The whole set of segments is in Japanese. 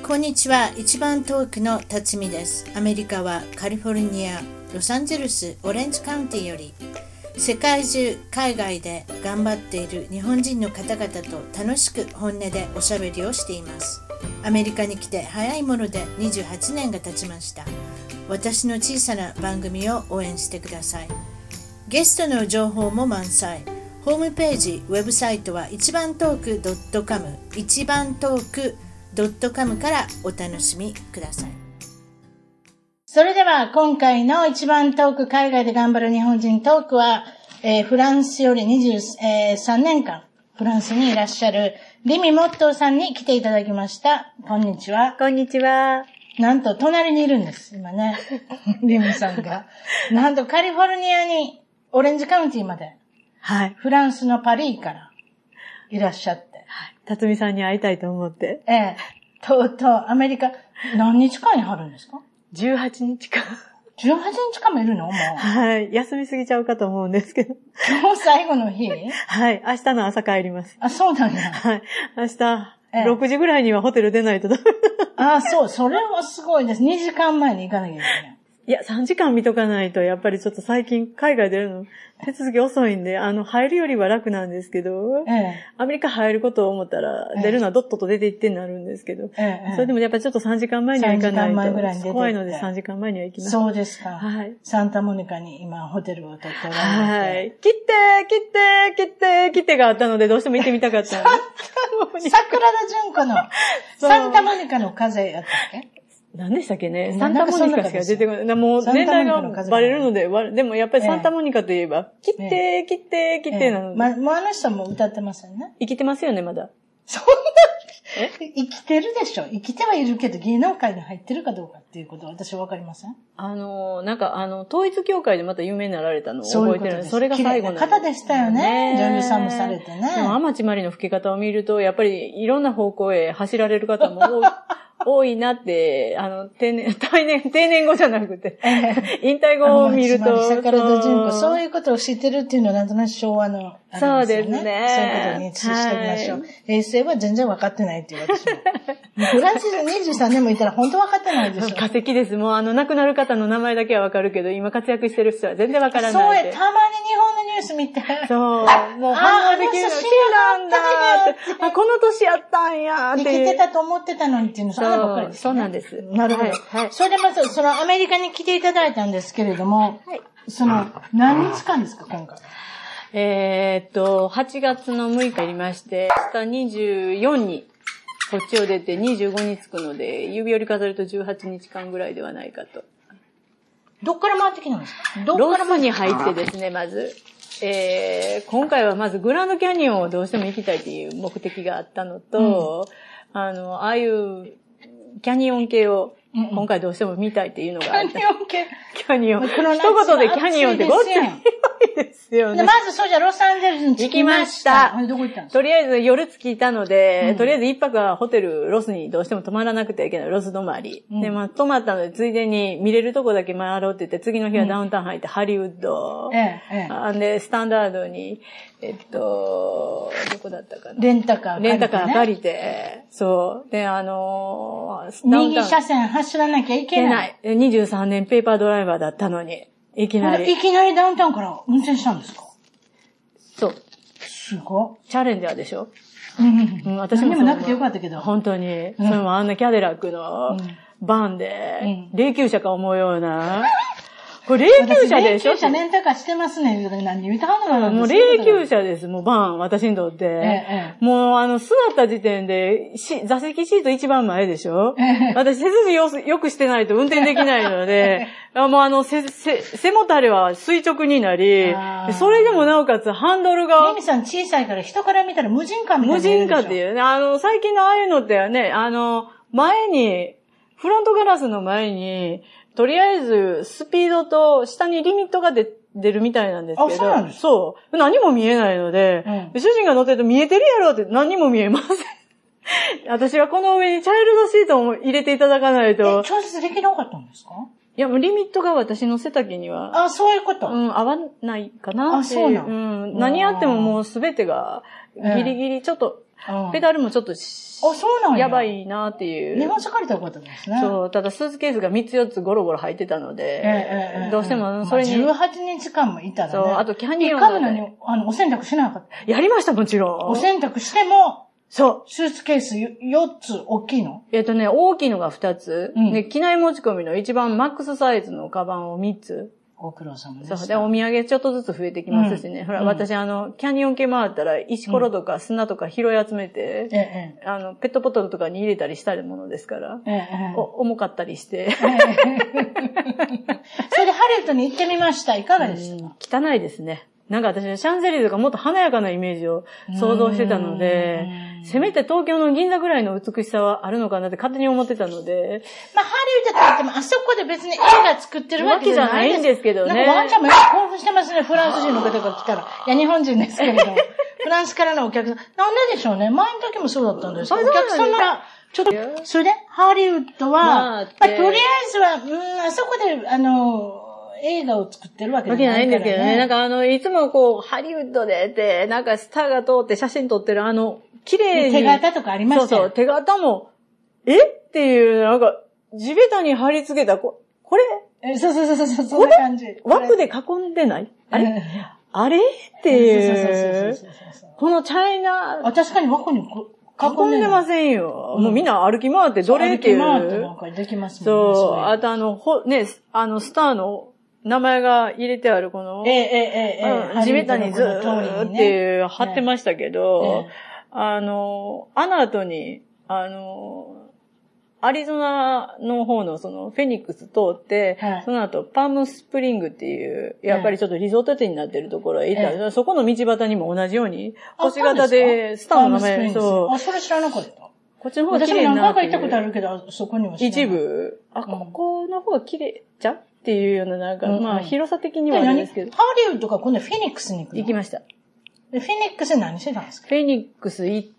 こんにちは。一番遠くの辰巳です。アメリカはカリフォルニア、ロサンゼルス、オレンジカウンティより世界中、海外で頑張っている日本人の方々と楽しく本音でおしゃべりをしています。アメリカに来て早いもので28年が経ちました。私の小さな番組を応援してください。ゲストの情報も満載。ホームページ、ウェブサイトは一番トーク .com 一番トーク.com からお楽しみください。それでは今回の一番トーク海外で頑張る日本人トークは、フランスより23年間フランスにいらっしゃるリミ・モットーさんに来ていただきました。こんにちは。 こんにちは。 なんと隣にいるんです、今ね。リミさんが。なんとカリフォルニアにオレンジカウンティまで。 はい。 フランスのパリからいらっしゃって。 はい。辰巳さんに会いたいと思って。 とうとうアメリカ何日間に貼るんですか ？18日間。 18日間もいるのもう。 はい。休みすぎちゃうかと思うんですけど。 今日最後の日？ はい。明日の朝帰ります。 あ、そうなんや。 はい。明日、6時ぐらいにはホテル出ないとダメ。 あ、そう。それはすごいです。2時間前に行かなきゃいけない。 いや、3時間見とかないと、やっぱりちょっと最近海外出るの手続き遅いんで、入るよりは楽なんですけど、アメリカ入ることを思ったら、出るのはドットと出て行ってになるんですけど、それでもやっぱりちょっと3時間前には行かないと、3時間前ぐらいに出て怖いので3時間前には行きます。 そうですか。 はい。 サンタモニカに今ホテルを取っておられて。 はい。切手があったので、どうしても行ってみたかった。 桜田淳子のサンタモニカの風やったっけ？ 何でしたっけね。サンタモニカしか出てこない。もう年代がバレるので、でもやっぱりサンタモニカといえば、切手なので。 もうあの人も歌ってますよね。 生きてますよね、まだ。 そんな、生きてるでしょ。生きてはいるけど芸能界に入ってるかどうかっていうことは私はわかりません。 統一教会でまた有名になられたのを覚えてるので、それが最後の。 方でしたよね。女優さんもされてね。 でも、天地真理の吹き方を見ると、やっぱりいろんな方向へ走られる方も多いなって、定年後じゃなくて、引退後を見ると。 桜田淳子、そういうことを知ってるっていうのはなんとなく昭和の、 そうですね。 そういうことにしておきましょう。平成は全然分かってないっていう私も。フランスで23年もいたら本当分かってないでしょ。 化石です。もう亡くなる方の名前だけは分かるけど、今活躍してる人は全然分からない。 そうや、たまに日本のニュース見て。 そう。もう反応できるの。死んだんだって。この年やったんやって。 生きてたと思ってたのにっていうの、そんなばっかりです、ね。 そうなんです。 なるほど。はい。それでまず、アメリカに来ていただいたんですけれども、はい。何日間ですか、今回。 8月の6日いりまして、明日24にこっちを出て25に着くので、指折り数えると18日間ぐらいではないかと。 どっから回ってきたんですか？ ロスに入ってですね、まず。今回はまずグランドキャニオンをどうしても行きたいという目的があったのと、ああいうキャニオン系を今回どうしても見たいっていうのがあった。キャニオン。一言でキャニオンってごっつい広いですよね。 まずそうじゃロサンゼルスに行きました。 どこ行ったんですか？ とりあえず夜着いたので、とりあえず一泊はホテルロスにどうしても泊まらなくてはいけない。ロス泊まり。で、泊まったのでついでに見れるとこだけ回ろうって言って、次の日はダウンタウン入ってハリウッド。で、スタンダードに、どこだったかな。 レンタカー借りて、そう。で、 右車線走らなきゃいけない。 23年ペーパードライバーだったのに、いきなりダウンタウンから運転したんですか？ そう。 すごい。 チャレンジャーでしょ？ 私も。何もなくてよかったけど。 本当に。それもあんなキャデラックのバンで、霊柩車か思うような。これ霊柩車でしょ？ 霊柩車レンタカーしてますね。何言うたはんのかな？ もう霊柩車です。もうバン、私にとって。もう座った時点で、座席シート一番前でしょ？私背筋よくしてないと運転できないので、もう背もたれは垂直になり、それでもなおかつハンドルが。 レミさん小さいから人から見たら無人化みたいな。 無人化っていうね。最近のああいうのってね、前に、フロントガラスの前に、とりあえず、スピードと下にリミットが出るみたいなんですけど。 そうなんですか？ そう。何も見えないので、主人が乗ってると見えてるやろって何も見えません。私はこの上にチャイルドシートを入れていただかないと。 調節できなかったんですか？ いや、もうリミットが私の背丈には。 そういうこと。 合わないかなっていう。 そうなの。 何やってももうすべてがギリギリちょっと、 ペダルもちょっとそうなんやばいなっていう。 日本車借りたことですね。 そう、ただスーツケースが3つ4つゴロゴロ入ってたので、どうしてもそれに。 18日間もいたらね。 そう、あとキャニオンカブナにお洗濯しなかった。 やりました、もちろん。 お洗濯しても、 そう。 スーツケース4つ大きいの？ 大きいのが2つ。で、機内持ち込みの一番マックスサイズのカバンを3つ。 ご苦労様です。 そう。で、お土産ちょっとずつ増えてきますしね。ほら、私キャニオン系回ったら、石ころとか砂とか拾い集めて、ペットボトルとかに入れたりしたものですから、重かったりして。それでハリウッドに行ってみました。いかがでしたか？汚いですね。なんか私、シャンゼリゼとかもっと華やかなイメージを想像してたので、せめて東京の銀座ぐらいの美しさはあるのかなって勝手に思ってたので。 まあ、ハリウッドといっても、あそこで別に映画作ってるわけじゃないんですけどね。 なんかワンちゃんも興奮してますね、フランス人の方が来たら。いや、日本人ですけれど。フランスからのお客さん。なんででしょうね。前の時もそうだったんですけど、お客様が、ちょっと、それで、ハリウッドは、とりあえずは、あそこで、映画を作ってるわけじゃないからね。わけじゃないんですけどね。 なんかいつもこう、ハリウッドでって、なんかスターが通って写真撮ってる綺麗に。 手形とかありましたよ。 そう、手形も、っていう、なんか、地べたに貼り付けた、これそう、そんな感じ。 枠で囲んでないあれっていう。このチャイナ。 確かに枠に囲んでませんよ。もうみんな歩き回ってどれっていう。 歩き回ってなんかできますもんね。そう。あとスターの名前が入れてあるこの、地べたにずーっていう貼ってましたけど、あの後に、アリゾナの方のそのフェニックス通って、その後パームスプリングっていう、やっぱりちょっとリゾート地になってるところへ行ったら、そこの道端にも同じように、星型でスターの名前、そう。 それ知らなかった。 こっちの方が綺麗になってる。 私も何回か行ったことあるけど、そこには一部、ここの方が綺麗じゃっていうようななんか、まあ広さ的にはあるんですけど。 ハリウッドが今度フェニックスに行くの？ 行きました。 フェニックス何してたんですか？ フェニックス行って、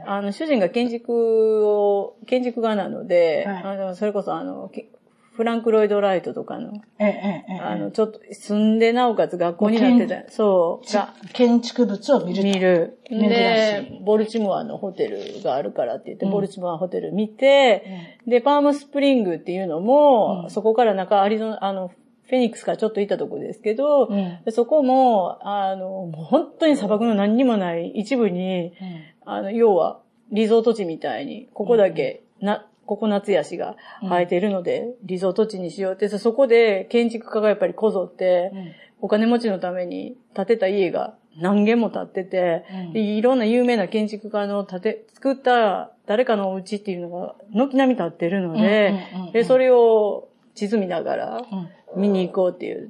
主人が建築家なので、それこそフランク・ロイド・ライトとかの、ちょっと住んでなおかつ学校になってた、そう。 建築物を見る。 で、ボルチモアのホテルがあるからって言って、ボルチモアホテル見て、で、パームスプリングっていうのも、そこからアリゾナ、フェニックスからちょっと行ったとこですけど、そこも、もう本当に砂漠の何にもない一部に、要は、リゾート地みたいに、ここだけ、ココナッツヤシが生えているので、リゾート地にしようって、そこで建築家がやっぱりこぞって、お金持ちのために建てた家が何軒も建ってて、いろんな有名な建築家の作った誰かのお家っていうのが軒並み建ってるので、で、それを地図見ながら見に行こうって言って、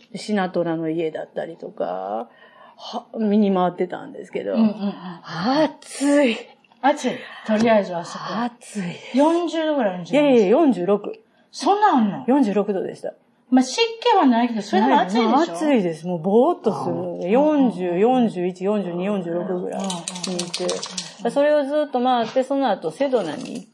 シナトラの家だったりとか、見に回ってたんですけど、暑い。 とりあえずあそこ。 暑い。 40度ぐらいあるんじゃないですか？いや、46。 そんなあんの？ 46度でした。 まあ、湿気はないけど、それでも暑いでしょ？ 暑いです。もうぼーっとするので、40、41、42、46ぐらいにいて、それをずっと回って、その後セドナに行って、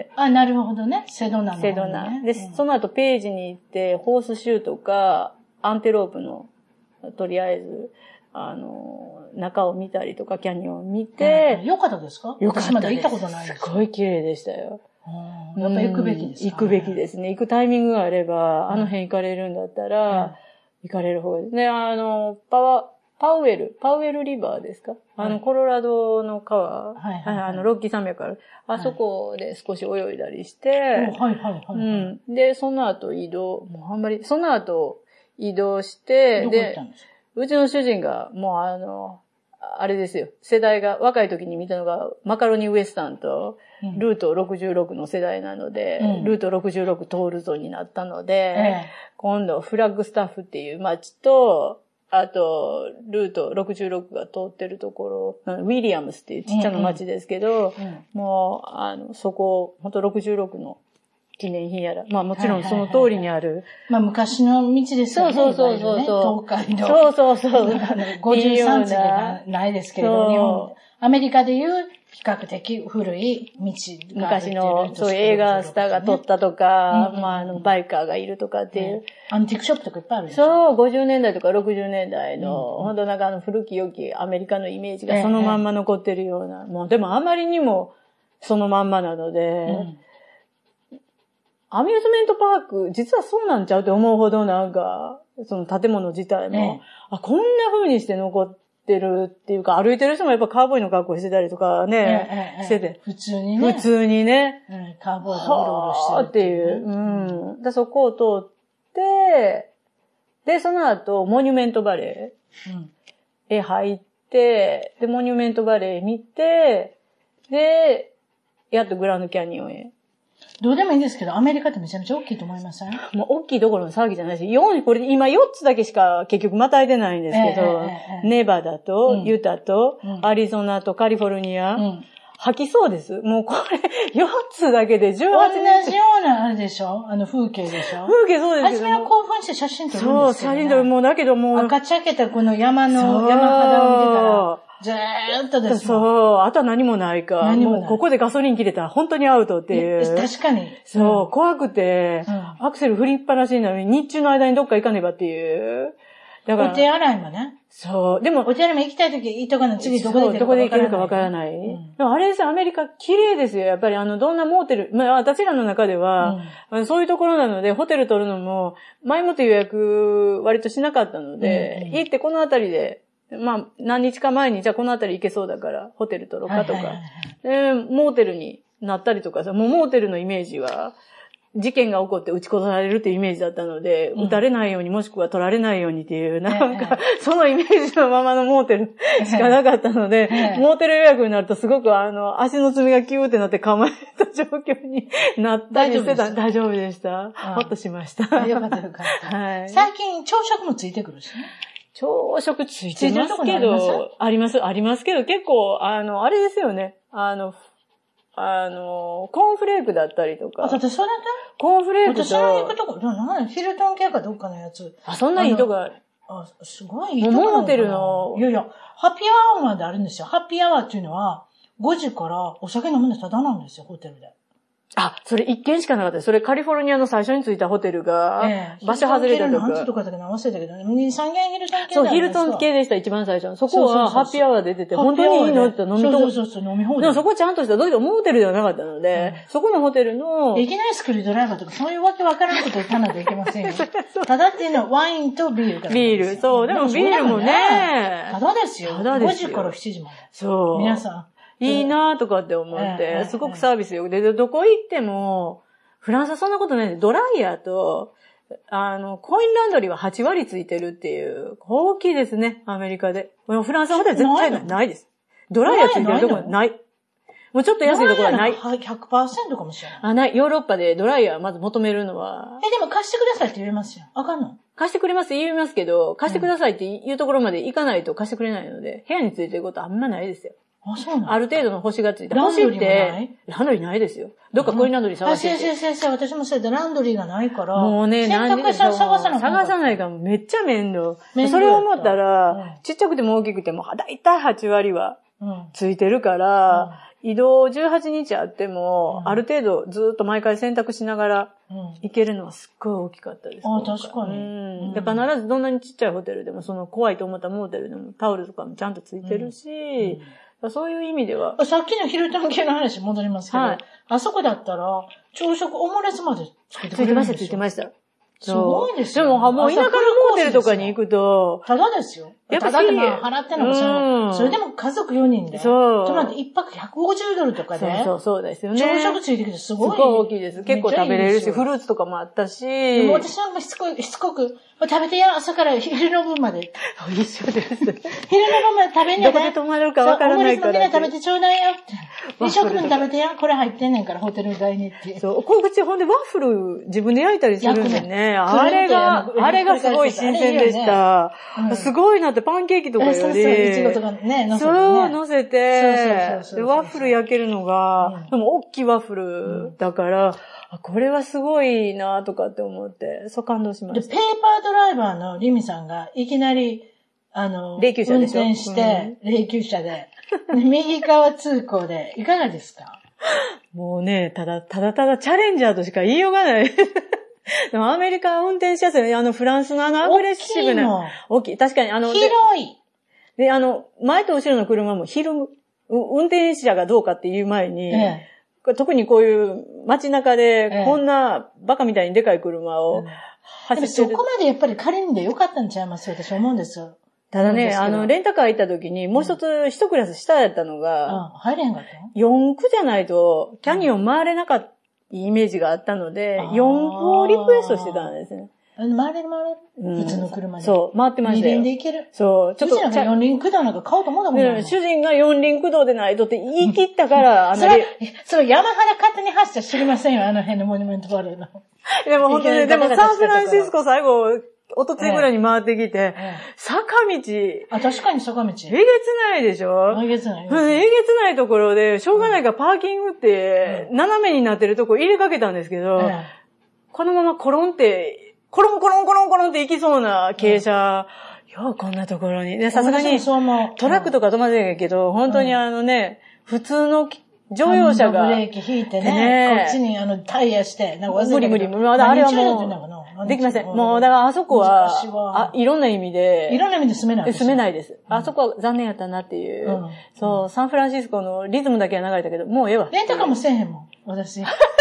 なるほどね。セドナ。 で、その後ページに行って、ホースシューとか、アンテロープの、とりあえず、中を見たりとか、キャニオンを見て。 よかったですか？ よかったです。 私まだ行ったことないです。 すごい綺麗でしたよ。 やっぱ行くべきですか？ 行くべきですね。行くタイミングがあれば、辺行かれるんだったら、行かれる方がいいですね。パウエルリバーですか？コロラドの川、ロッキー山脈ある。あそこで少し泳いだりして、で、その後移動して、で、うちの主人が、もうあれですよ。世代が、若い時に見たのが、マカロニウエスタンと、ルート66の世代なので、ルート66通るぞになったので、今度、フラッグスタッフっていう街と、あと、ルート66が通ってるところ、ウィリアムスっていうちっちゃな街ですけど、もう、そこ、本当66の記念品やら。まあもちろんその通りにある。 まあ昔の道ですよね。 そう。 東海道。 そう。 53次がないですけれど、日本。アメリカでいう比較的古い道が昔の、そういう映画スターが撮ったとか、バイカーがいるとかっていう。 アンティークショップとかいっぱいあるでしょ。 そう、50年代とか60年代の、本当なんか古き良きアメリカのイメージがそのまんま残ってるような。もうでもあまりにもそのまんまなので、アミューズメントパーク、実はそうなんちゃうって思うほどなんか、その建物自体も、こんな風にして残ってるっていうか、歩いてる人もやっぱカーボーイの格好してたりとかね、してて。 普通にね。 普通にね。 カーボーイがうろうろしてるっていう。で、そこを通って、で、その後、モニュメントバレーへ入って、で、モニュメントバレー見て、で、やっとグランドキャニオンへ。 どうでもいいんですけど、アメリカってめちゃめちゃ大きいと思いません？ もう大きいどころの騒ぎじゃないし、これ今4つだけしか結局またいでないんですけど、ネバダと、ユタと、アリゾナとカリフォルニア、吐きそうです。もうこれ4つだけで18年。 同じようなあれでしょ？風景でしょ？ 風景そうです初めは興奮して写真撮るんですけど、ね。 そう、写真撮る。もうだけどもう。 赤茶けたこの山肌を見てたら、ずーっとですそう、あとは何もないか。何もない。もうここでガソリン切れたら本当にアウトっていう。 確かに。 そう、怖くて、アクセル振りっぱなしになるのに日中の間にどっか行かねばっていう。 だから。お手洗いもね。 そう。でも、 お手洗いも行きたいとき行っとかない。次どこで行けるかわからない。でもあれです、アメリカ綺麗ですよ。やっぱりどんなモーテル、私らの中では、そういうところなので、ホテル取るのも、前もって予約割としなかったので、行ってこのあたりで、何日か前に、じゃあこのあたり行けそうだから、ホテル取ろうかとか。モーテルになったりとかさ、もうモーテルのイメージは、事件が起こって撃ち殺されるっていうイメージだったので、撃たれないようにもしくは取られないようにっていう、なんか、そのイメージのままのモーテルしかなかったので、モーテル予約になるとすごく足の爪がキューってなって構えた状況になったりしてた。大丈夫でした。ほっとしました。 よかったよかった。はい。最近朝食もついてくるしね。 朝食ついてますけど、ありますけど、結構、あれですよね。コーンフレークだったりとか。 私それだコーンフレークと。 私の行くとこ、ヒルトン系かどっかのやつ。 そんないいとこある。 すごいいいとこなのかな。 モーテルの。 いや、ハッピーアワーまであるんですよ。ハッピーアワーっていうのは、5時からお酒飲むのただなんですよ、ホテルで。 それ一軒しかなかった。それカリフォルニアの最初に着いたホテルが、場所外れたとか。 何時とかだけど忘れたけどね。2、3軒ヒルトン系そう、ヒルトン系でした、一番最初の。そこはハッピーアワー出てて、本当にいいのって飲みとそう、飲み放題。 でもそこちゃんとした、どういうモーテルではなかったので、そこのホテルの。 いきなりスクリュードライバーとか、そういうわけわからんこと言ったのでいけませんよ。ただっていうのはワインとビールから。 ビール、そう。でもビールもね。 ただですよ。5時から7時まで。 そう。 皆さん。 いいなーとかって思って、すごくサービスよ。で、どこ行っても、フランスはそんなことないんで、ドライヤーと、コインランドリーは8割ついてるっていう、大きいですね、アメリカで。フランスは絶対ないです。ドライヤーついてるところない。もうちょっと安いところはない。 100% かもしれない。 ない。ヨーロッパでドライヤーまず求めるのは。 でも貸してくださいって言えますよ。あかんの？ 貸してくれます言いますけど、貸してくださいっていうところまで行かないと貸してくれないので、部屋についてることあんまないですよ。 そうなの？ ある程度の星がついた。星って、ランドリーないですよ。どっかコインランドリー探してて。 先生、私もそうやってランドリーがないから。 もうね、 洗濯車探さないからめっちゃ面倒。それを思ったら、ちっちゃくても大きくても、だいたい8割はついてるから、移動18日あっても、ある程度ずっと毎回洗濯しながら行けるのはすっごい大きかったです。 確かに。 で、必ずどんなにちっちゃいホテルでも、その怖いと思ったモーテルでもタオルとかもちゃんとついてるし、そういう意味では。 さっきのヒルトン系の話戻りますけど、あそこだったら、朝食オムレツまで作ってくれるんですよ。 ついてました。 すごいですよ。 でも、もう田舎のモーテルとかに行くと。 ただですよ。ただで払ってんのもそれでも家族4人で。そう。ちょっと待って、一泊$150とかで。 そうですよね。 朝食ついてきてすごい。 すごい大きいです。結構食べれるし、フルーツとかもあったし。でも私なんかしつこく、食べてや、朝から昼の分まで。 一緒です。昼の分まで食べんねん。 どこで泊まるかわからないから。 オムレツもみんな食べてちょうだいよって。2食分食べてや、これ入ってんねんから、ホテル代にって。 そう。こうちほんでワッフル自分で焼いたりするんでね。あれがすごい新鮮でした。すごいなって、パンケーキとかより。 そう、いちごとかね、乗せて。 そう、乗せて。で、ワッフル焼けるのが、でも大きいワッフルだから、これはすごいなとかって思って、そう感動しました。 で、ペーパードライバーのリミさんがいきなり、 霊柩車でしょ？ 運転して、霊柩車で、右側通行で、いかがですか？ もうね、ただチャレンジャーとしか言いようがない。でもアメリカ運転しやすい。フランスのアグレッシブな。大きい。確かに広い。 で、前と後ろの車も運転者がどうかっていう前に、特にこういう街中で、こんなバカみたいにでかい車を走ってる。 そこまでやっぱり借りんでよかったんちゃいますよ、私思うんですよ。 ただね、レンタカー行った時に、もう一クラス下やったのが、 入れへんかった 4区じゃないと、キャニオン回れなかったイメージがあったので、4区をリクエストしてたんですね。 回れる。普通の車で。 そう、回ってましたよ。 2輪で行ける。 そう、 ちょっと。うちなんか4輪駆動なんか買おうと思ったもんね。 主人が4輪駆動でないとって言い切ったから、 それ山肌勝手に走っちゃ知りませんよ、あの辺のモニュメントバレーの。 でも本当に、でもサンフランシスコ最後、おとついぐらいに回ってきて、坂道。 確かに坂道。えげつないでしょ？ えげつない。 えげつないところで、しょうがないからパーキングって、斜めになってるとこ入れかけたんですけど、このままコロンって、コロンって行きそうな傾斜、ようこんなところに。で、さすがに、トラックとか止まってないけど、本当に普通の乗用車が。 ブレーキ引いてね、こっちにタイヤして、 無理。あれはもう、できません。もう、だからあそこは、いろんな意味で。 いろんな意味で住めない。 住めないです。あそこは残念やったなっていう。そう、サンフランシスコのリズムだけは流れたけど、もうええわ。 レンタカーもせえへんもん、私。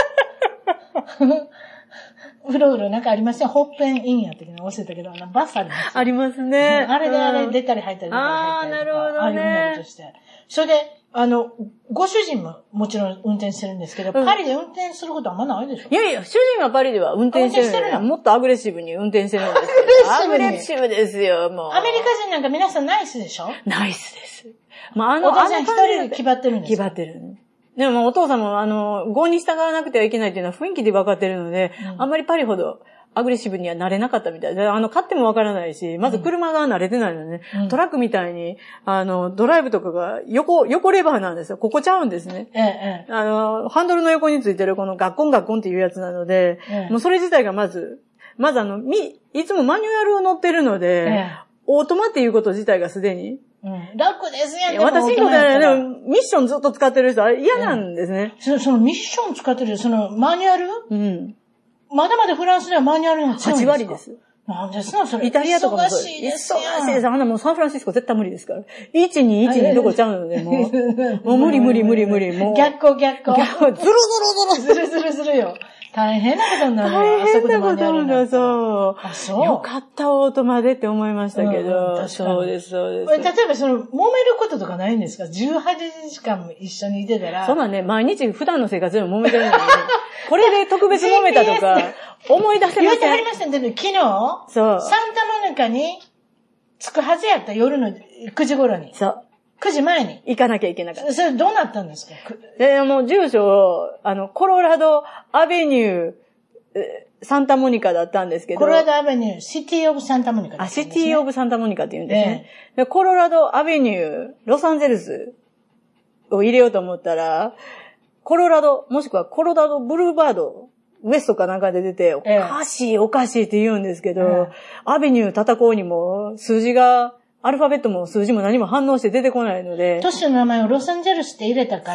うろうろなんかありません？ホッペンインやったけど忘れたけど、バスあります。 ありますね。 あれで出たり入ったりとか。 ああ、なるほどね。 ああいうふうになるとして。それで、ご主人ももちろん運転してるんですけど、パリで運転することはあんまないでしょ？ いや、主人はパリでは運転してるの。もっとアグレッシブに運転してるんですよ。アグレッシブですよ、もう。 アメリカ人なんか皆さんナイスでしょ？ ナイスです。 まあ、お父さん一人で決まってるんですか？ 決まってる。でもお父さんも合に従わなくてはいけないっていうのは雰囲気で分かってるので、あんまりパリほどアグレッシブにはなれなかったみたいで、買っても分からないし、まず車が慣れてないので、トラックみたいに、ドライブとかが横レバーなんですよ。ここちゃうんですね。ハンドルの横についてるこのガッコンっていうやつなので、もうそれ自体がまずいつもマニュアルを乗ってるので、オートマっていうこと自体がすでに、 楽ですやん。 私にとってはね、ミッションずっと使ってる人は嫌なんですね。 そのミッション使ってる、マニュアル？まだまだフランスではマニュアルが強いんですか？ 8 割です。なんですのそれ。 イタリアとかもそう。忙しいですよ。忙しいです。もうサンフランシスコ絶対無理ですから。1,2,1,2どころちゃうので、もう無理。もう。 逆光。ずるよ。大変なことになるよ。 大変なことになる。そう。 そう。 よかったオートマでって思いましたけど。そうです。 例えば揉めることとかないんですか？18時間も一緒にいてたら。 そうだね。毎日普段の生活でも揉めてるので。これで特別揉めたとか、思い出せません。 言ってはりましたね。昨日、サンタモニカに着くはずやった夜の9時頃に。 そう。 9時前に。 行かなきゃいけなかった。 それどうなったんですか？ もう住所を、コロラドアベニュー、サンタモニカだったんですけど。 コロラドアベニュー、シティオブサンタモニカですね。 シティオブサンタモニカって言うんですね。でコロラドアベニュー、ロサンゼルスを入れようと思ったら、コロラド、もしくはコロラドブルーバード、ウエストかなんかで出て、おかしいって言うんですけど、アベニュー叩こうにも数字が、アルファベットも数字も何も反応して出てこないので。 都市の名前をロサンゼルスって入れたから、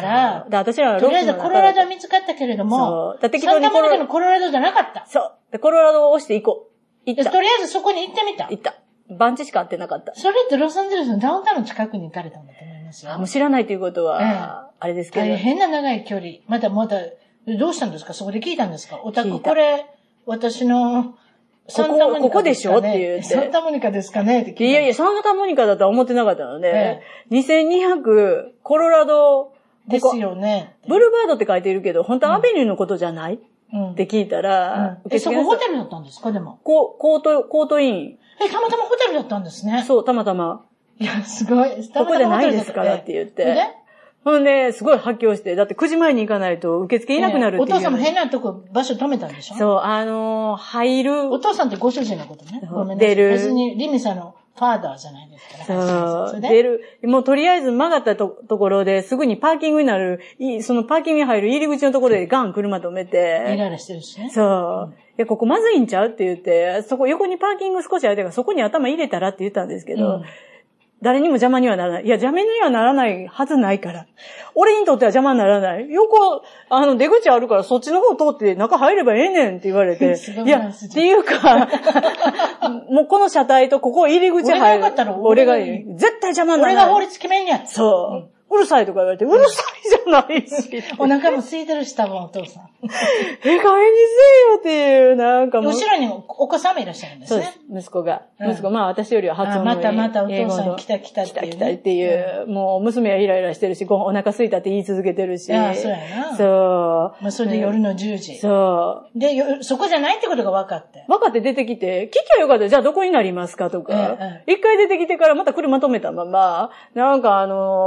私らはとりあえずコロラドは見つかったけれども、サンタモニカのコロラドじゃなかった。 そう。で、コロラドを押して行こう。行った。 とりあえずそこに行ってみた。 行った。番地しか会ってなかった。 それってロサンゼルスのダウンタウンの近くに行かれたんだと思いますよ。 もう知らないということは、あれですけど。 大変な長い距離。まだ、どうしたんですか？そこで聞いたんですか？お宅これ、私の、サンタモニカですかね？ ここでしょって言って。 サンタモニカですかねって聞いた。 いや、サンタモニカだとは思ってなかったので、2200、コロラド、 ですよね。 ブルーバードって書いているけど、本当はアベニューのことじゃないって聞いたら、 そこホテルだったんですか？でも。 コートイン。 たまたまホテルだったんですね。 そう、たまたま。 いや、すごい。 ここじゃないですからって言って。ほんで、すごい発狂して、だって9時前に行かないと受付いなくなるっていう。 お父さんも変なとこ、場所止めたんでしょ？ そう、入る。 お父さんってご主人のことね。ごめんなさい。別に、リミさんのファーダーじゃないですから。 そう。出る。もうとりあえず曲がったところですぐにパーキングになる、そのパーキングに入る入り口のところでガン車止めて。 イライラしてるしね。 そう。ここまずいんちゃうって言って、そこ横にパーキング少しあるからそこに頭入れたらって言ったんですけど、 誰にも邪魔にはならない。いや、邪魔にはならないはずないから。俺にとっては邪魔にならない。横、出口あるからそっちの方通って中入ればええねんって言われて。いや、っていうか、もうこの車体とここ入り口入る。俺がいい。絶対邪魔にならない。 俺が法律決めんや。 そう。うるさいとか言われて、うるさいじゃないし。 お腹も空いてるし、多分お父さん。 えかいにせえよっていう、なんかもう。 後ろにもお子さんもいらっしゃるんですね。 そうです。息子が。まあ私よりは発音のいい。 またお父さん来たっていう、ね。 来たっていう。もう娘はイライラしてるし、お腹空いたって言い続けてるし。 ああ、そうやな。 そう。 まあそれで夜の10時。 そう。 で、そこじゃないってことが分かって。 分かって出てきて、聞きゃよかった。じゃあどこになりますかとか。一回出てきてからまた車止めたまま、なんか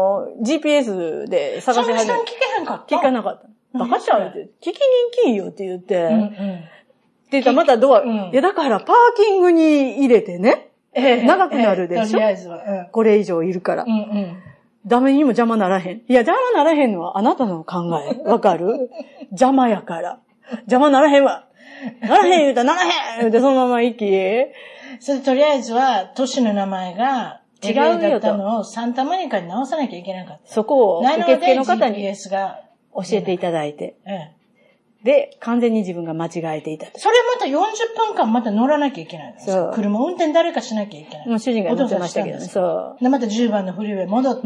GPS で探し始めその人に聞けへんかった？ 聞かなかった。バカちゃうって。聞きに来んよって言って。って言ったらまたドア、いやだからパーキングに入れてね。長くなるでしょ。 とりあえずは。 これ以上いるから。ダメにも邪魔ならへん。いや、邪魔ならへんのはあなたの考え。わかる？邪魔やから。邪魔ならへんわ。ならへん言うたらならへん言うてそのまま行き。 それとりあえずは、都市の名前が、違うだったのをサンタモニカに直さなきゃいけなかった。 そこを受付の方に GPS が教えていただいて。で、完全に自分が間違えていた。 それまた40分間また乗らなきゃいけないんですか？車運転誰かしなきゃいけない。 もう主人が乗ってましたけどね。そう。 で、また10番のフリーウェイ戻って。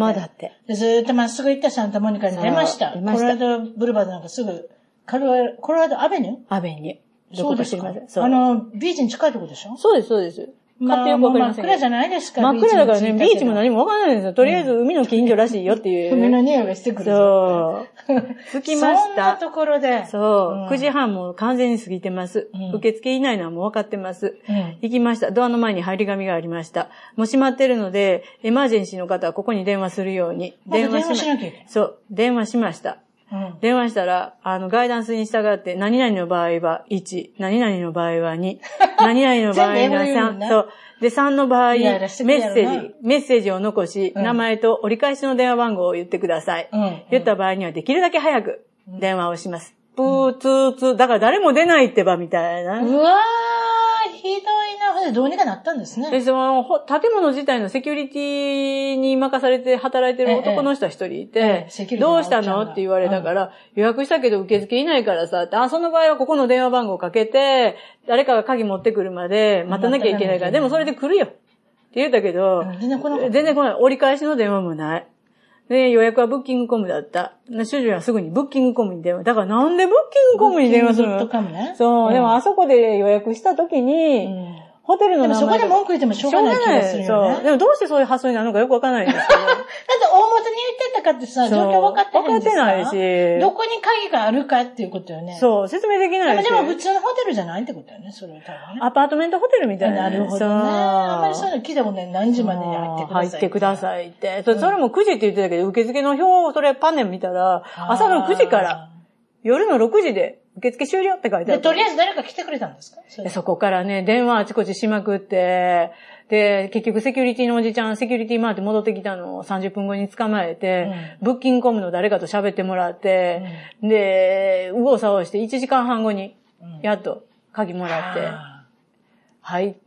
で、ずーっとまっすぐ行ってサンタモニカに出ました。コロラドブルバードなんかすぐ、コロラドアベニュー？ アベニュー。どこか知りません。 ビーチに近いとこでしょ？ そうです、そうです。 勝手よくわかりません。真っ暗じゃないですか。 真っ暗だからね、ビーチも何もわからないんですよ。とりあえず海の近所らしいよっていう。 海の匂いがしてくる。 そう。着きました。 そんなところで。 そう。9時半も完全に過ぎてます。受付いないのはもう分かってます。行きました。ドアの前に張り紙がありました。もう閉まってるので、エマージェンシーの方はここに電話するように。 電話しなきゃいけない。 そう。電話しました。電話したら、ガイダンスに従って、何々の場合は1、何々の場合は2、何々の場合は3、そう。で、3の場合、メッセージを残し、名前と折り返しの電話番号を言ってください。言った場合にはできるだけ早く電話をします。プーツーツー、だから誰も出ないってばみたいな。 うわー、ひどいな。どうにかなったんですね。 で、建物自体のセキュリティに任されて働いてる男の人は一人いて、どうしたのって言われたから、予約したけど受付いないからさ、その場合はここの電話番号をかけて、誰かが鍵持ってくるまで待たなきゃいけないから、でもそれで来るよって言ったけど、全然来ない。折り返しの電話もない。で、予約はブッキングコムだった。主人はすぐにブッキングコムに電話。だからなんでブッキングコムに電話するの？そう。でもあそこで予約した時に、ホテルの名前。 でもそこで文句言ってもしょうがない気がするよね。 そう。でもどうしてそういう発想になるのかよくわからないんですけど。 だって大元に言ってたかってさ、状況分かってないんですか？ 分かってないし。 どこに鍵があるかっていうことよね。 そう。説明できないし。 でも普通のホテルじゃないってことよね、それは多分ね。 アパートメントホテルみたいな。 なるほどね。あんまりそういうの聞いたことない。何時までに入ってください。 入ってくださいって。それも9時って言ってたけど、受付の表、それパネル見たら、朝の9時から夜の6時で、受付終了って書いてある。 で、とりあえず誰か来てくれたんですか？ そこからね、電話あちこちしまくって、で、結局セキュリティのおじちゃん、セキュリティ回って戻ってきたのを30分後に捕まえて、ブッキングコムの誰かと喋ってもらって、で、右往左往して1時間半後に、やっと鍵もらって、入って、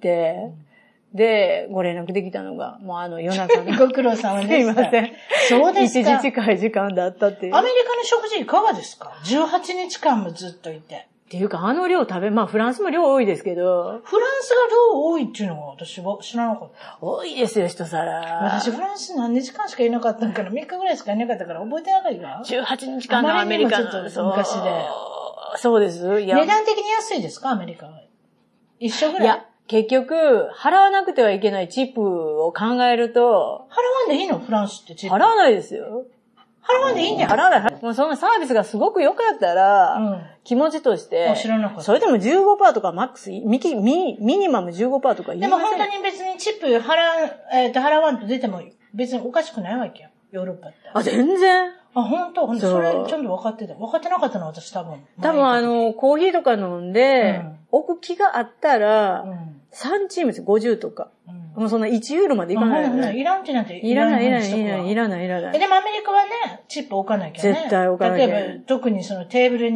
で、ご連絡できたのが、もう夜中の。 ご苦労様です。 すいません。 そうですか。 1時近い時間だったっていう。 アメリカの食事いかがですか？ 18 日間もずっといて。 っていうか、量フランスも量多いですけど。 フランスが量多いっていうのは私は知らなかった。 多いですよ、一皿。 私フランス何日間しかいなかったから、3日ぐらいしかいなかったから覚えてなかったわ。 18日間のアメリカの。 ちょっと昔で。 そうです。 値段的に安いですか、アメリカは。一緒ぐらい。 いや、結局、払わなくてはいけないチップを考えると。 払わんでいいの？フランスってチップ。 払わないですよ。 払わんでいいんじゃん。 払わない。もうそのサービスがすごく良かったら、気持ちとして、 知らなかった。 それでも 15% とかマックス、ミニマム 15% とか言いません。 でも本当に別にチップ払わんと出ても別におかしくないわけよ。ヨーロッパって。 あ、全然。 本当それちゃんと分かってた。分かってなかったの私多分コーヒーとか飲んで、置く気があったら、3チームです、50とか。もうそんな1ユーロまでいかない。 いらんってなんていらない。でもアメリカはね、 チップ置かなきゃね。 絶対置かなきゃ。 例えば、特にそのテーブルに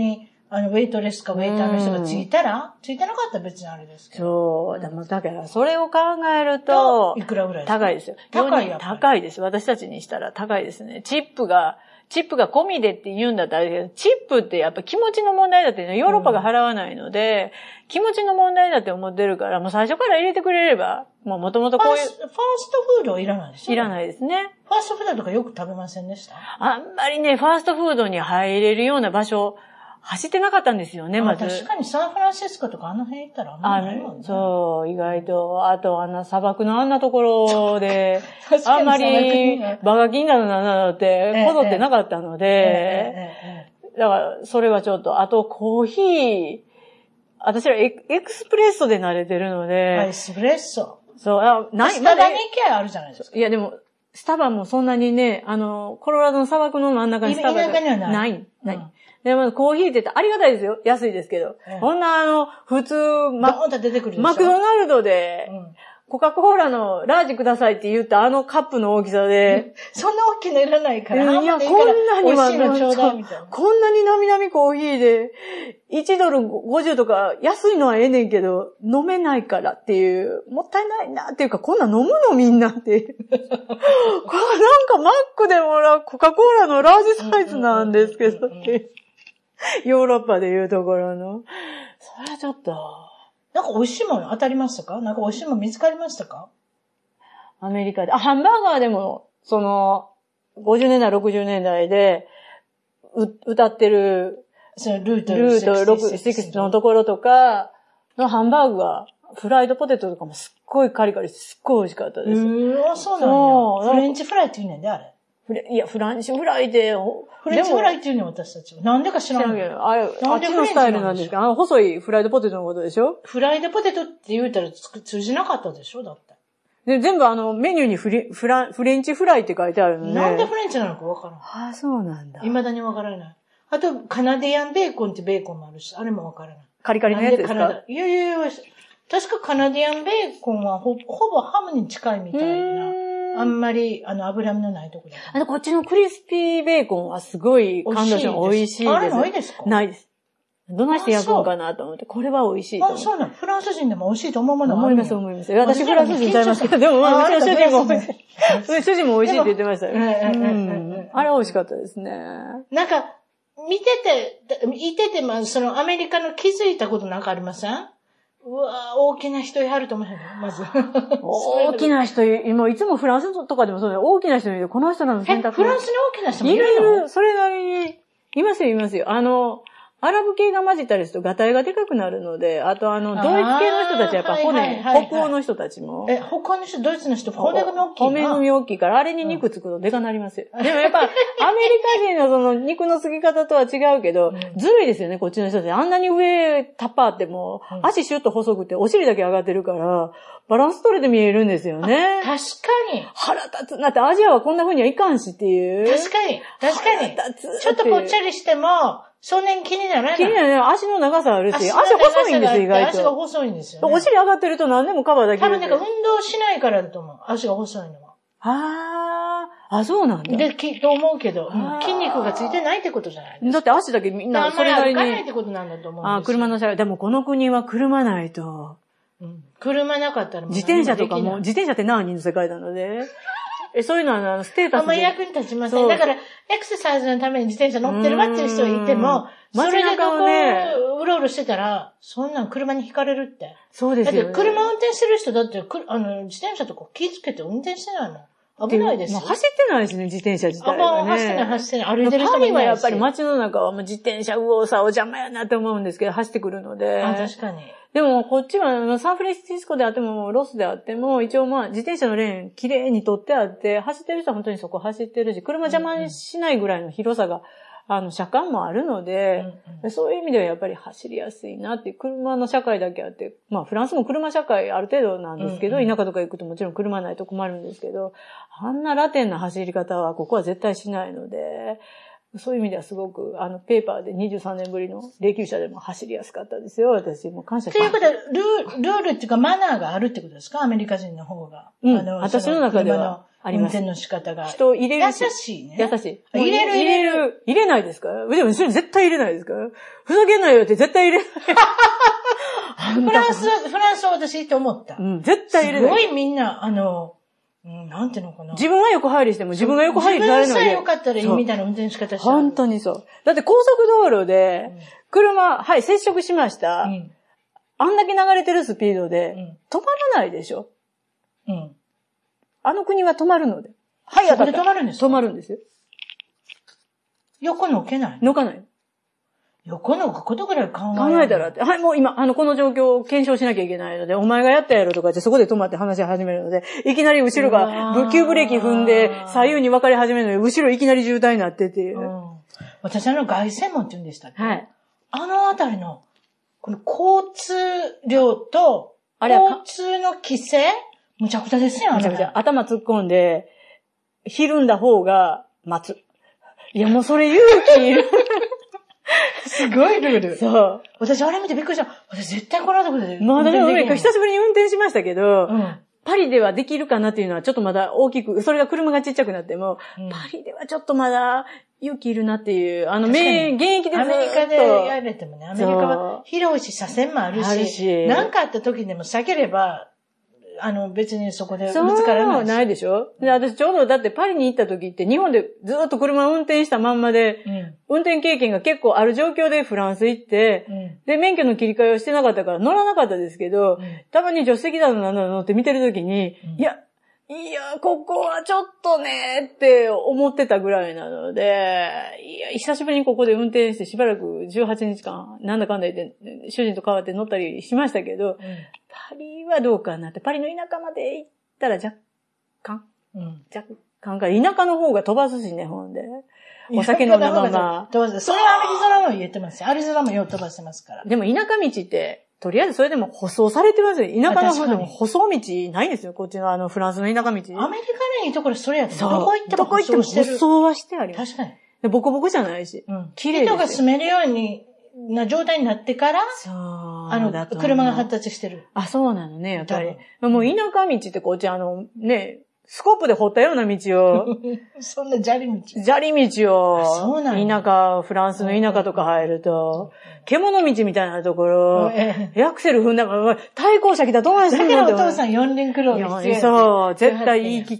ウェイトレスかウェイターの人がついてなかったら別にあれですけど。 そう。だから、それを考えると、 いくらぐらいですか？ 高いですよ。高いです。私たちにしたら高いですね。チップが込みでって言うんだったらあれだけど、チップってやっぱ気持ちの問題だってね、ヨーロッパが払わないので、気持ちの問題だって思ってるから、もう最初から入れてくれれば、もともとこういう。 ファーストフードはいらないでしょ？ いらないですね。 ファーストフードとかよく食べませんでした？ あんまりね、ファーストフードに入れるような場所、走ってなかったんですよね、まず。 確かにサンフランシスコとかあの辺行ったらあんまりないもんね。 そう、意外と、あと砂漠のあんなところで、あんまりバガキンだのなんだのってこぞってなかったので、だからそれはちょっと、あとコーヒー、私らエクスプレッソで慣れてるので。 エクスプレッソ。 そう、 スタバに行けばあるじゃないですか。 いやでも、スタバもそんなにね、コロラドの砂漠の真ん中にスタバがない。でも、コーヒーって言ったらありがたいですよ。安いですけど。こんな普通、マクドナルドで、コカ・コーラのラージくださいって言ったカップの大きさで。 そんな大きいのいらないから。 いや、こんなにこんなになみなみコーヒーで、$1 50とか安いのはええねんけど、飲めないからっていう、もったいないなっていうか、こんな飲むのみんなっていう。これなんかマックでもコカ・コーラのラージサイズなんですけどって。ヨーロッパでいうところの。それはちょっと。 なんか美味しいもの当たりましたか？なんか美味しいもの見つかりましたか？ アメリカで。ハンバーガーでも、50年代、60年代で、歌ってる、 ルート 6のところとかのハンバーグは、フライドポテトとかもすっごいカリカリしてすっごい美味しかったです。 そうなんや。フレンチフライって言うねんで、あれ。 いや、フランチフライで、 フレンチフライって言うねん、私たちは。なんでか知らんけど。 あっちのスタイルなんですか？細いフライドポテトのことでしょ？ フライドポテトって言うたら通じなかったでしょ？だって。 で、全部メニューにフレンチフライって書いてあるのね。 なんでフレンチなのかわからん。 そうなんだ。 未だにわからない。あと、カナディアンベーコンってベーコンもあるし、あれもわからない。 カリカリのやつですか？ いや、確かカナディアンベーコンはほぼハムに近いみたいな。あんまり、脂身のないとこだ。 こっちのクリスピーベーコンはすごい感動して美味しいです。 あれないですか？ ないです。どないして焼くんかなと思って、これは美味しいと思って。 そうなの。フランス人でも美味しいと思うものは思います。私フランス人ちゃいますけど、でもうちの主人も美味しい。主人も美味しいって言ってましたよ。あれ美味しかったですね。 なんか、いてて、アメリカの気づいたことなんかありません？うわぁ、大きな人いはると思うよ、まず。 大きな人、もういつもフランスとかでもそうだよ。大きな人いる。この人の選択。 フランスに大きな人もいるの？ それなりに、いますよ。アラブ系が混じったりすると、ガタイがでかくなるので、あとドイツ系の人たちはやっぱ北欧の人たちも。 北欧の人、ドイツの人、骨組み大きいな。 骨組み大きいから、あれに肉つくとでかなりますよ。でもやっぱ、アメリカ人の肉のつき方とは違うけど、ずるいですよね、こっちの人たち。あんなに上タッパーってもう、足シュッと細くて、お尻だけ上がってるから、バランス取れて見えるんですよね。 確かに。 腹立つなって、アジアはこんな風にはいかんしっていう。 確かに。 腹立つ。 ちょっとぽっちゃりしても、そんなに気にならない。 気にならない。足の長さあるし、足細いんですよ、意外と。 足が細いんですよ、 ね。お尻上がってると何でもカバーだけ多分なんか運動しないからだと思う。足が細いのは。 そうなんだ。 と思うけど、筋肉がついてないってことじゃないですか。 だって足だけみんなそれなりに。 あんまり歩かないってことなんだと思うんですよ。 車の車両。でもこの国は車ないと。 車なかったらもう自転車とかも、自転車って何人の世界なので。そういうのはステータスで。 あんま役に立ちません。だから、エクササイズのために自転車乗ってるわっていう人がいても、それでうろうろしてたら、そんなん車に引かれるって。 そうですよね。 だって車運転してる人だって、自転車とか気ぃつけて運転してないの。危ないですよ。 走ってないですね、自転車自体はね。 走ってない。歩いてる人もいないし。 パリはやっぱり街の中は自転車、右往左往邪魔やなって思うんですけど、走ってくるので。 確かに。 でも、こっちは、サンフランシスコであっても、ロスであっても、一応自転車のレーン、綺麗に取ってあって、走ってる人は本当にそこ走ってるし、車邪魔しないぐらいの広さが、車間もあるので、そういう意味ではやっぱり走りやすいなっていう、車の社会だけあって、フランスも車社会ある程度なんですけど、田舎とか行くともちろん車ないと困るんですけど、あんなラテンな走り方はここは絶対しないので、 そういう意味ではすごく、ペーパーで23年ぶりの霊柩車でも走りやすかったですよ、私。もう感謝してます。 ということは、ルールっていうかマナーがあるってことですか？アメリカ人の方が。 私の中ではあります。 運転の仕方が。 人を入れる。 優しいね。 優しい。入れないですから。でも後ろに絶対入れないですから。ふざけんなよって絶対入れない。 フランスは私いいと思った。 絶対入れない。 すごいみんな、なんていうのかな。 自分は横入りしても自分が横入りになれない。 自分さえ良かったらいいみたいな運転の仕方してる。 本当にそう。だって高速道路で、車、接触しました。あんだけ流れてるスピードで、止まらないでしょ。あの国は止まるので。 そこで止まるんですか？ 止まるんですよ。 横のけない？ のかない。 横のことぐらい考えたらって。もう今、この状況を検証しなきゃいけないので、お前がやったやろとかってそこで止まって話し始めるので、いきなり後ろが急ブレーキ踏んで、左右に分かれ始めるので、後ろいきなり渋滞になってっていう。 私凱旋門って言うんでしたっけ？ はい。 あのあたりの、この交通量と、交通の規制むちゃくちゃですよね。 むちゃくちゃ。頭突っ込んで、ひるんだ方が待つ。いやもうそれ勇気いる。 すごいルール。 そう。 私あれ見てびっくりした。私絶対このとこで。 まあ、でも久しぶりに運転しましたけど、パリではできるかなっていうのはちょっとまだ大きく、それが車がちっちゃくなっても、パリではちょっとまだ勇気いるなっていう、現役でずっと。アメリカでやれてもね、アメリカは広いし、車線もあるし、何かあった時でも避ければ、別にそこでぶつからないし。 ないでしょ？で、私ちょうどだってパリに行った時って日本でずっと車を運転したまんまで、運転経験が結構ある状況でフランス行って、で、免許の切り替えをしてなかったから乗らなかったですけど、たまに助手席だのなんだのって見てる時に、いや、ここはちょっとねって思ってたぐらいなので、久しぶりにここで運転してしばらく18日間、なんだかんだ言って、主人と代わって乗ったりしましたけど、パリはどうかなって、パリの田舎まで行ったら若干か、田舎の方が飛ばすしね、ほんで。お酒飲んだまま。 それはアリゾナも言ってますよ。アリゾナもよう飛ばしてますから。 でも田舎道って、とりあえずそれでも舗装されてますよ。田舎の方でも舗装道ないんですよ。こっちのフランスの田舎道。 アメリカのいいところそれやで。 どこ行っても舗装はしてあります。 確かに。 でボコボコじゃないし。綺麗ですよ。 人が住めるようにな状態になってから、車が発達してる。 そうなのね、やっぱり。もう田舎道ってこっちスコープで掘ったような道を。 そんな砂利道。 砂利道を。田舎、フランスの田舎とか入ると、獣道みたいなところ、アクセル踏んだから、対向車来たらどうなんしてんのだけどお父さん4輪苦労ですよ。 そう、絶対言い切って。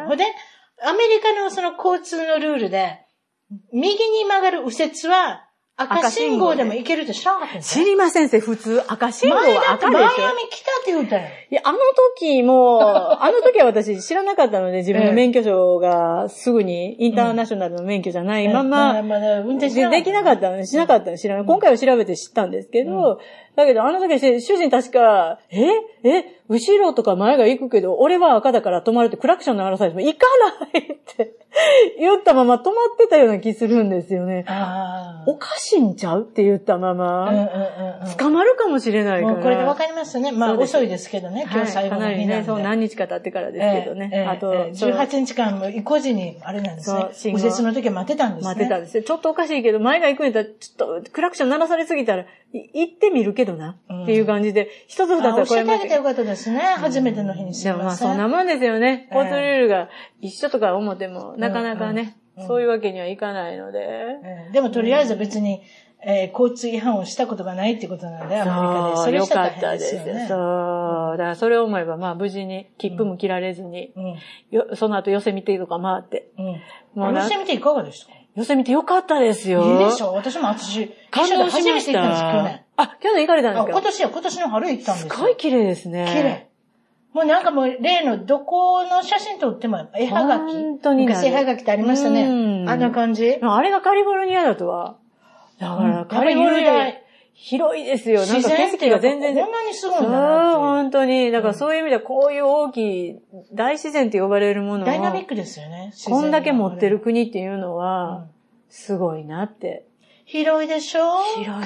ほんで、アメリカのその交通のルールで、右に曲がる右折は、赤信号でも行けるって知らなかったんですか？ 知りませんせ、普通。赤信号は赤でしょ。 マイアミ来たって言ったよ。 いや、あの時は私知らなかったので、自分の免許証がすぐにインターナショナルの免許じゃないまま、 運転できなかったので、しなかったの知らない。今回は調べて知ったんですけど、だけどあの時主人確か、後ろとか前が行くけど、俺は赤だから止まるってクラクション鳴らされても行かないって言ったまま止まってたような気するんですよね。おかしいんちゃうって言ったまま、捕まるかもしれないから。 もうこれでわかりますね。まあ遅いですけどね、今日最後の日なんで。かなりね、 そう何日か経ってからですけどね。 あと、18日間も移行時に、あれなんですね。右折の時は待ってたんですね。 待ってたんですよ。ちょっとおかしいけど、前が行くんやったら、ちょっとクラクション鳴らされすぎたら、行ってみるけどな。っていう感じで、一つ二つはこれ教えてあげてよかったですね。初めての日にすみません。 でもそんなもんですよね。交通ルールが一緒とか思っても、なかなかね、そういうわけにはいかないので。 でもとりあえず別に、交通違反をしたことがないってことなので、アメリカで。それしたら大変ですよね。 よかったです。そう。だからそれを思えば、まあ無事に切符も切られずに、その後寄せ見てとか回って。 寄せ見ていかがでしたか？ 寄せ見てよかったですよ。 いいでしょ？私も感動しました。去年。 去年行かれたんですか？ 今年の春行ったんですよ。 すごい綺麗ですね。 綺麗。もうなんかもう例のどこの写真撮っても絵はがき。 本当に。 昔絵はがきってありましたね。あんな感じ。 あれがカリフォルニアだとは。だからカリフォルニア広いですよ。なんか景色が全然。 こんなにすごいんだな。 本当に。だからそういう意味ではこういう大きい大自然って呼ばれるものを。 ダイナミックですよね。 こんだけ持ってる国っていうのは、すごいなって。 広いでしょ？ 広いです。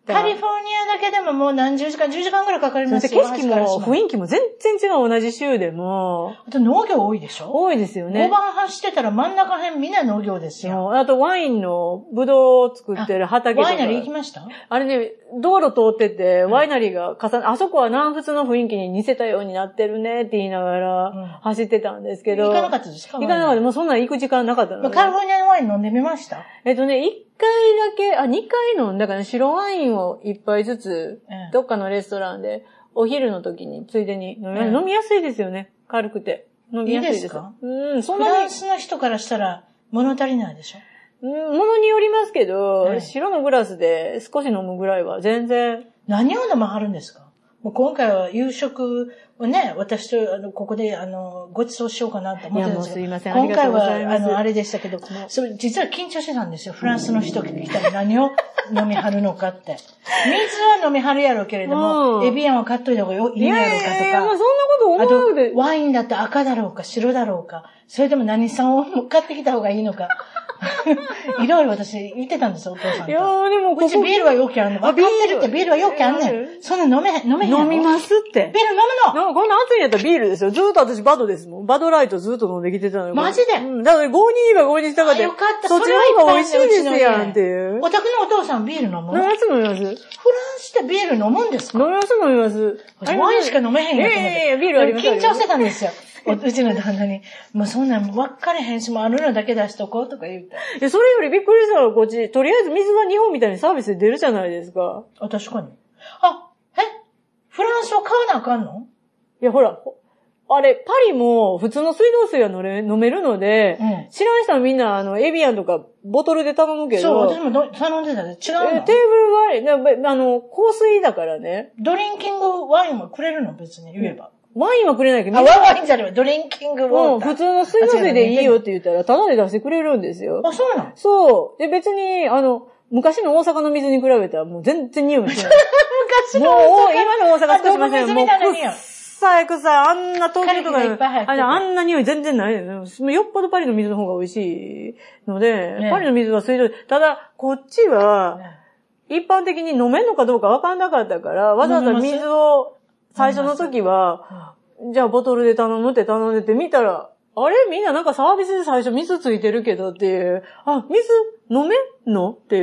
カリフォルニアだけでももう何十時間、10時間ぐらいかかりますよ。 景色も雰囲気も全然違う、同じ州でも。 あと農業多いでしょ？ 多いですよね。 5番走ってたら真ん中辺みんな農業ですよ。 あとワインのブドウを作ってる畑とか。 ワイナリー行きました？ あれね、道路通ってて、ワイナリーがあそこは南仏の雰囲気に似せたようになってるねって言いながら走ってたんですけど。 行かなかったですか？ 行かなかった。もうそんな行く時間なかったので。 カリフォルニアのワイン飲んでみました？ 1回だけ、2回飲んだから、白ワインを1杯ずつ、どっかのレストランで、お昼の時についでに飲みやすいですよね。軽くて。飲みやすいです。いいですか？ そんなに。フランスの人からしたら、物足りないでしょ？ 物によりますけど、白のグラスで少し飲むぐらいは全然。 何を飲まはるんですか？もう今回は夕食をね、私とここでご馳走しようかなと思ってたんですけど。 いやもうすいません。 今回はあれでしたけど、実は緊張してたんですよ。フランスの人が来たら何を飲みはるのかって。水は飲みはるやろうけれども、エビアンは買っといた方がいいんやろうかとか。 いやそんなこと思うで。 あと、ワインだって赤だろうか白だろうか。それでも何産を買ってきた方がいいのか。いろいろ私言ってたんですよ、お父さんと。 いやーでもうちビールはよくあんねん。分かってるってビールはよくあんねん。そんな飲めへん。 飲みますって。 ビール飲むの。 こんな暑いんやったらビールですよ。ずーっと私バドですもん。バドライトずーっと飲んできてたのよ。 マジで？ だから5に言えば5にしたかった。 よかった。 そっちの方が美味しいですやんっていう。 お宅のお父さんビール飲む？ 飲みます。フランスってビール飲むんですか？ 飲みます。 ワインしか飲めへんやんと思って。 ビールあります。 緊張してたんですよ。うちの旦那に、もうそんなん分かれへんし、もうあるのだけ出しとこうとか言って。 それよりびっくりしたのはこっち、とりあえず水は日本みたいにサービスで出るじゃないですか。 確かに。フランスを買わなあかんの？ いや、ほら、あれ、パリも普通の水道水が飲めるので、知らん人はみんなエビアンとかボトルで頼むけど。 そう、私も頼んでたで。違うの？ テーブルワイン、香水だからね。 ドリンキングワインもくれるの別に言えば。 ワインはくれないけど。 ワインじゃないわ。ドリンキングウォーター。 普通の水道水でいいよって言ったら、タダで出してくれるんですよ。 あ、そうなの？ そう。で、別に、昔の大阪の水に比べたらもう全然匂いしない。 昔の大阪。 もう、今の大阪少しません。 もう、 臭い、あんな東京とか、あんな匂い全然ない。よっぽどパリの水の方が美味しいので、パリの水は水道、ただ、こっちは、一般的に飲めんのかどうかわかんなかったから、わざわざ水を、最初の時は、じゃあボトルで頼むって頼んでて見たら、あれみんななんかサービスで最初水ついてるけどっていう。水飲めんのっていう。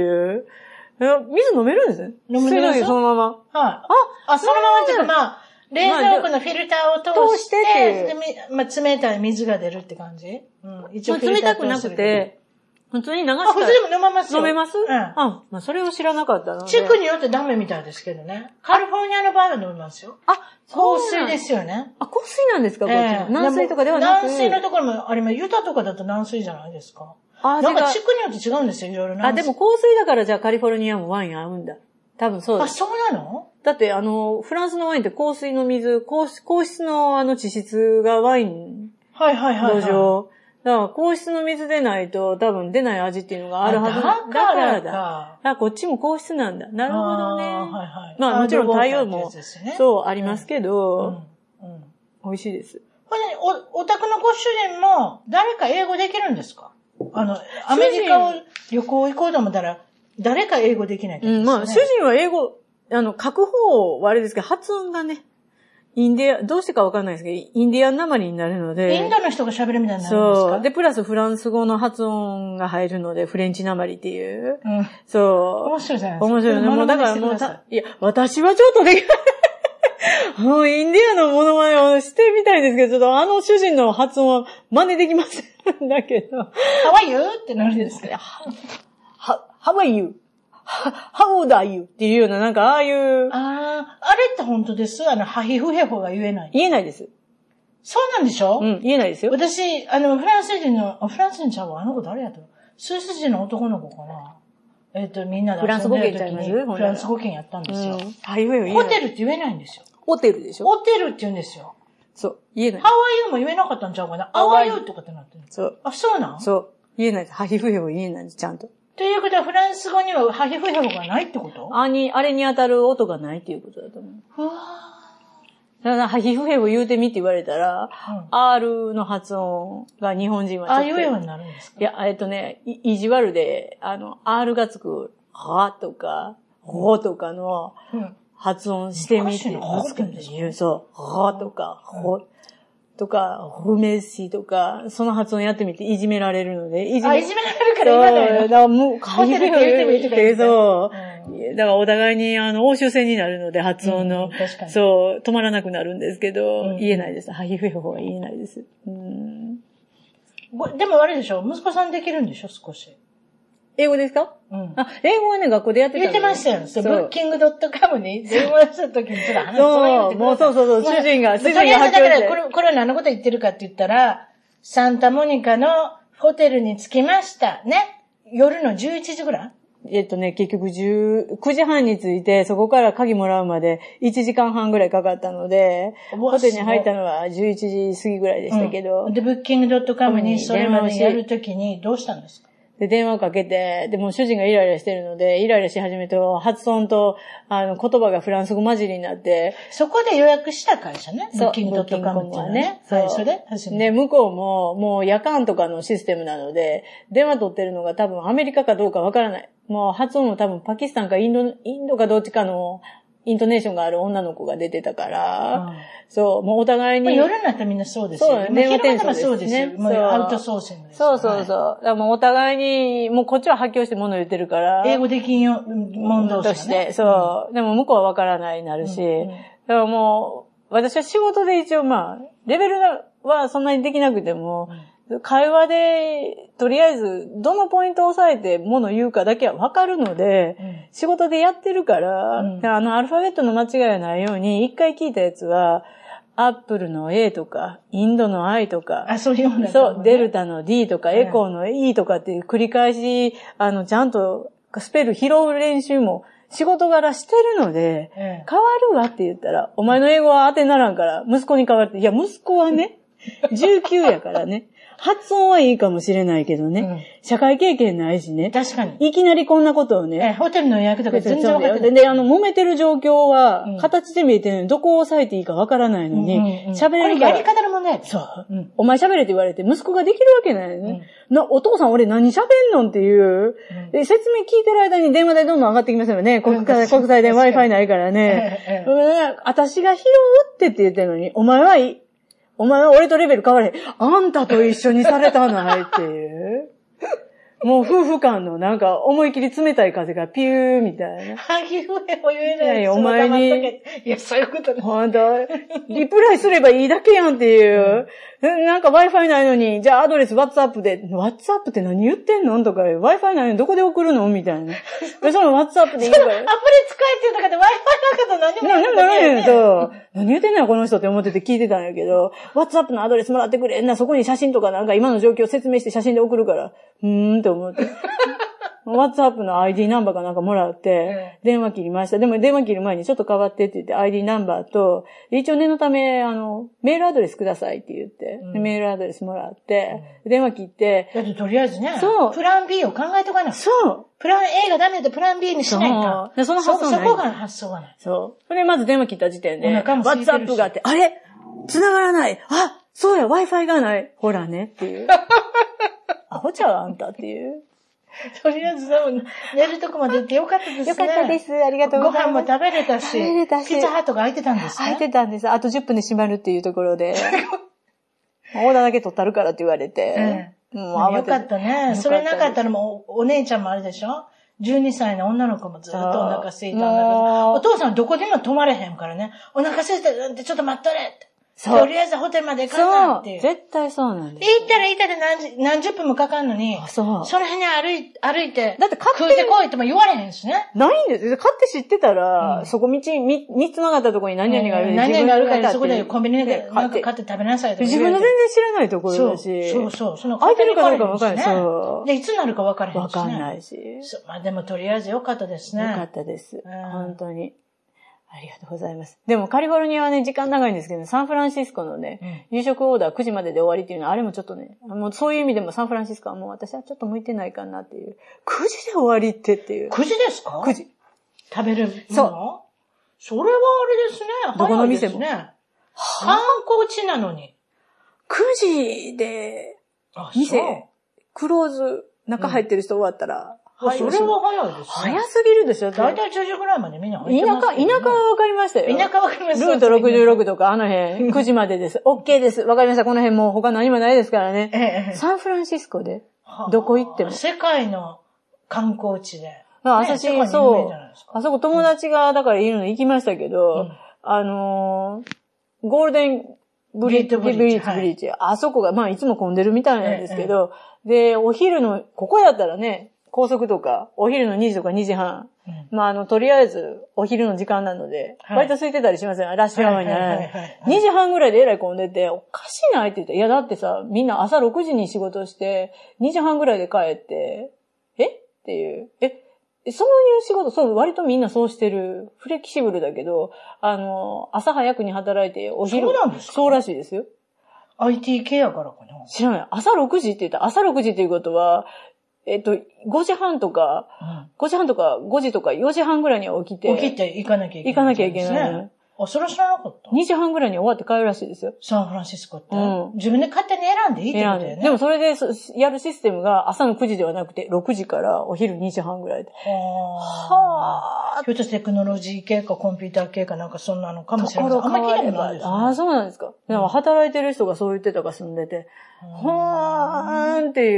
水飲めるんですね。 飲めるそのまま。 はい。そのままっていうか冷蔵庫のフィルターを通して、冷たい水が出るって感じ？ 一応冷たくなくて、普通に流したら。 普通でも飲めますよ。 飲めます？それを知らなかったので。 地区によってダメみたいですけどね。カリフォルニアの場合は飲めますよ。香水ですよね。 香水なんですか、こっち。軟水とかではなくて。 軟水のところもあります。ユタとかだと軟水じゃないですか。なんか地区によって違うんですよ、いろいろな。 でも香水だからじゃあカリフォルニアもワイン合うんだ。多分そうです。 そうなの？ だって、フランスのワインって香水の水、香質の地質がワイン。土壌。だから、香質の水でないと多分出ない味っていうのがあるはず。だからだ。こっちも香質なんだ。なるほどね。もちろん太陽も、そう、ありますけど、美味しいです。 これ、お宅のご主人も、誰か英語できるんですか？アメリカを旅行行こうと思ったら、誰か英語できないといけないですね。 主人は英語、書く方はあれですけど、発音がね、どうしてかわかんないですけど、インディアンなまりになるので。 インドの人が喋るみたいになるんですか？ そう。で、プラスフランス語の発音が入るので、フレンチなまりっていう。 そう。面白いじゃないですか。 面白いね。もうだからもういや、私はちょっとできない。もうインディアンのモノマネをしてみたいですけど、ちょっと主人の発音は真似できません。だけど。 How are you? ってなるんですか？ How are you?How old are you? っていうような、なんかああいう。 あれって本当です？ハヒフヘホが言えない。 言えないです。 そうなんでしょ？ 言えないですよ。 私、フランス人ちゃうわ。子誰やと。スイス人の男の子かな。みんなでフランス語圏ちゃいます？ フランス語圏やったんですよ。 ハヒフヘホ言えない。ホテルって言えないんですよ。 ホテルでしょ？ ホテルって言うんですよ。 そう。言えない。 How are you? も言えなかったんちゃうかな。How are you? とかってなってる。 そう。 そうなん？ そう。言えないです。ハヒフヘホ言えないです、ちゃんと。 ということは、フランス語にはハヒフヘホがないってこと？ あれに当たる音がないっていうことだと思う。だから、ハヒフヘホ言うてみって言われたら、R の発音が日本人はちょっと。 言うようになるんですか？ いや、意地悪で、R がつく、はとか、 ほとかの発音してみて。 難しいんですか？ そう。ほとか、ほとか、ほめしとか、その発音やってみていじめられるので。 いじめられるから今だよ。 だからもう、 ホテルって言ってもいいとか言って。 そう。だからお互いに、応酬戦になるので、発音の。 確かに。 そう、止まらなくなるんですけど、言えないです。はひふへほは言えないです。 でもあれでしょ？息子さんできるんでしょ？少し。 英語ですか？英語はね、学校でやってた。 言ってましたよ。そう、ブッキング.com に電話した時にちょっと話そう、もうそう、主人がとりあえずだから、これは何のこと言ってるかって言ったら、サンタモニカのホテルに着きました。ね。夜の11時ぐらい？ 結局9時半に着いて、そこから鍵もらうまで1時間半ぐらいかかったので、ホテルに入ったのは11時過ぎぐらいでしたけど。 で、ブッキング.com にそれまでやるときにどうしたんですか？ で、電話をかけて、でも主人がイライラしてるので、イライラし始めると、発音と、言葉がフランス語混じりになって。 そこで予約した会社ね。ブッキング.comはね。はい、それでで、向こうも、もう夜間とかのシステムなので、電話取ってるのが多分アメリカかどうかわからない。もう発音も多分パキスタンかインドかどっちかのイントネーションがある女の子が出てたから、そう、もうお互いに。 夜になったらみんなそうですよね。電話テンションそうですね。もうアウトソーシングです。 そう。だからもうお互いに、もうこっちは発狂して物言ってるから。 英語できんよ、問答として、そう。でも向こうはわからないになるし。だからもう、私は仕事で一応レベルはそんなにできなくても、会話で、とりあえず、どのポイントを押さえて物言うかだけはわかるので、仕事でやってるから、アルファベットの間違いがないように、一回聞いたやつは、アップルの A とか、インドの I とか、 そういうような、 そう、デルタの D とか、エコーの E とかっていう繰り返し、ちゃんとスペル拾う練習も仕事柄してるので、変わるわって言ったら、お前の英語は当てにならんから、息子に変わるって。いや、息子はね、19やからね。発音はいいかもしれないけどね。社会経験ないしね。 確かに。 いきなりこんなことをね。 ホテルの予約とか全然分かってない。 で、揉めてる状況は、形で見えてるのに、どこを押さえていいか分からないのに、喋れるから。 これやり方の問題。 そう。お前喋れって言われて、息子ができるわけないよね。お父さん俺何喋んのっていう。で、説明聞いてる間に電話代どんどん上がってきますよね。国際で Wi-Fi ないからね。私が拾うって言ってるのに、お前は俺とレベル変われへん。あんたと一緒にされたないっていう。もう夫婦間のなんか思い切り冷たい風がピューみたいな。 はぎふえも言えない。 お前に。 いや、そういうことだ。 ほんと、リプライすればいいだけやんっていう。なんか Wi-Fi ないのに、じゃあアドレス WhatsApp で、WhatsApp って何言ってんのとか、Wi-Fi ないのにどこで送るのみたいな。その WhatsApp でいいから。 アプリ使えって言ったから Wi-Fi なかったら何も言ってない。 そう。何言ってんのよこの人って思ってて聞いてたんやけど、WhatsApp のアドレスもらってくれんな、そこに写真とかなんか今の状況を説明して写真で送るから、って思って。WhatsApp の ID ナンバーかなんかもらって、電話切りました。でも電話切る前にちょっと変わってって言って ID ナンバーと、一応念のため、メールアドレスくださいって言って、メールアドレスもらって、電話切って。 だってとりあえずね、 そう。 プラン B を考えとかない。 そう。 プラン A がダメだとプラン B にしないか。 その発想ない。 そこが発想がない。 そう。それまず電話切った時点で、 WhatsApp があって、あれ繋がらない。そうや、Wi-Fi がない。ほらねっていう。アホちゃうあんたっていう。 とりあえず寝るとこまで行ってよかったですね。 よかったです。ありがとうございます。 ご飯も食べれたし。ピザハットが開いてたんですね。 開いてたんです。あと10分で閉まるっていうところで。オーダーだけ取ったるからって言われて。 よかったね。それなかったらもうお姉ちゃんもあれでしょ ?12 歳の女の子もずっとお腹空いたんだけど。お父さんどこでも泊まれへんからね。お腹空いてるってちょっと待っとれって。とりあえずホテルまで行かなっていう。 絶対そうなんです。 行ったら何十分もかかんのに、その辺に歩いて、 だって食うてこいっても言われへんしね。 ないんですよ。買って知ってたら、そこ道、3つ曲がったところに何々がある。 何々があるからそこでコンビニでなんか買って食べなさいとか。 自分の全然知らないところだし。 そう。その空いてるかどうか分からない。そう。 で、いつになるか分からへんしね。 分かんないし。 まあでもとりあえずよかったですね。 よかったです。本当に。ありがとうございます。でもカリフォルニアはね、時間長いんですけど、サンフランシスコのね、夕食オーダー9時までで終わりっていうのは、あれもちょっとね、もうそういう意味でもサンフランシスコはもう私はちょっと向いてないかなっていう。9時で終わりっていう。 9時ですか ?9 時。 食べるの？ そう。 それはあれですね。 どこの店も。 観光地なのに。 9時で、店、クローズ、中入ってる人終わったら、 それは早いですね。 早すぎるでしょ。 だいたい10時ぐらいまでみんな入っ田舎てますけどね。 はわかりましたよ。 田舎はわかります。 ルート66とかあの辺、9時までです。OK です。わかりました。この辺もう他何もないですからね。サンフランシスコで、どこ行っても。 世界の観光地で。 私、そう。あそこ友達が、だからいるの行きましたけど、ゴールデンブリッジ。あそこが、まあいつも混んでるみたいなんですけど、で、お昼の、ここやったらね、高速とか、お昼の2時とか2時半。まあとりあえず、お昼の時間なので、割と空いてたりしますよね。ラッシュアワーにならない。2時半ぐらいでえらい混んでて、おかしいないって言って、いやだってさ、みんな朝6時に仕事して、2時半ぐらいで帰って、っていう。そういう仕事、そう、割とみんなそうしてる。フレキシブルだけど、朝早くに働いて、お昼。 そうなんですか？ そうらしいですよ。 IT 系やからかな。 知らない。朝6時って言ったら、朝6時っていうことは、5時半とか、5時半とか5時とか4時半ぐらいには起きて行かなきゃいけない。 行かなきゃいけない。 あ、それは知らなかった。 2時半ぐらいに終わって帰るらしいですよ。 サンフランシスコって。自分で勝手に選んでいいってことだよね。 でもそれでやるシステムが朝の9時ではなくて6時からお昼2時半ぐらいで。 はぁ。ひょっとしてテクノロジー系かコンピューター系かなんかそんなのかもしれない。あんまり聞いたことないですね。 ああ、そうなんですか。だから働いてる人がそう言ってたか住んでて、はーんっていう、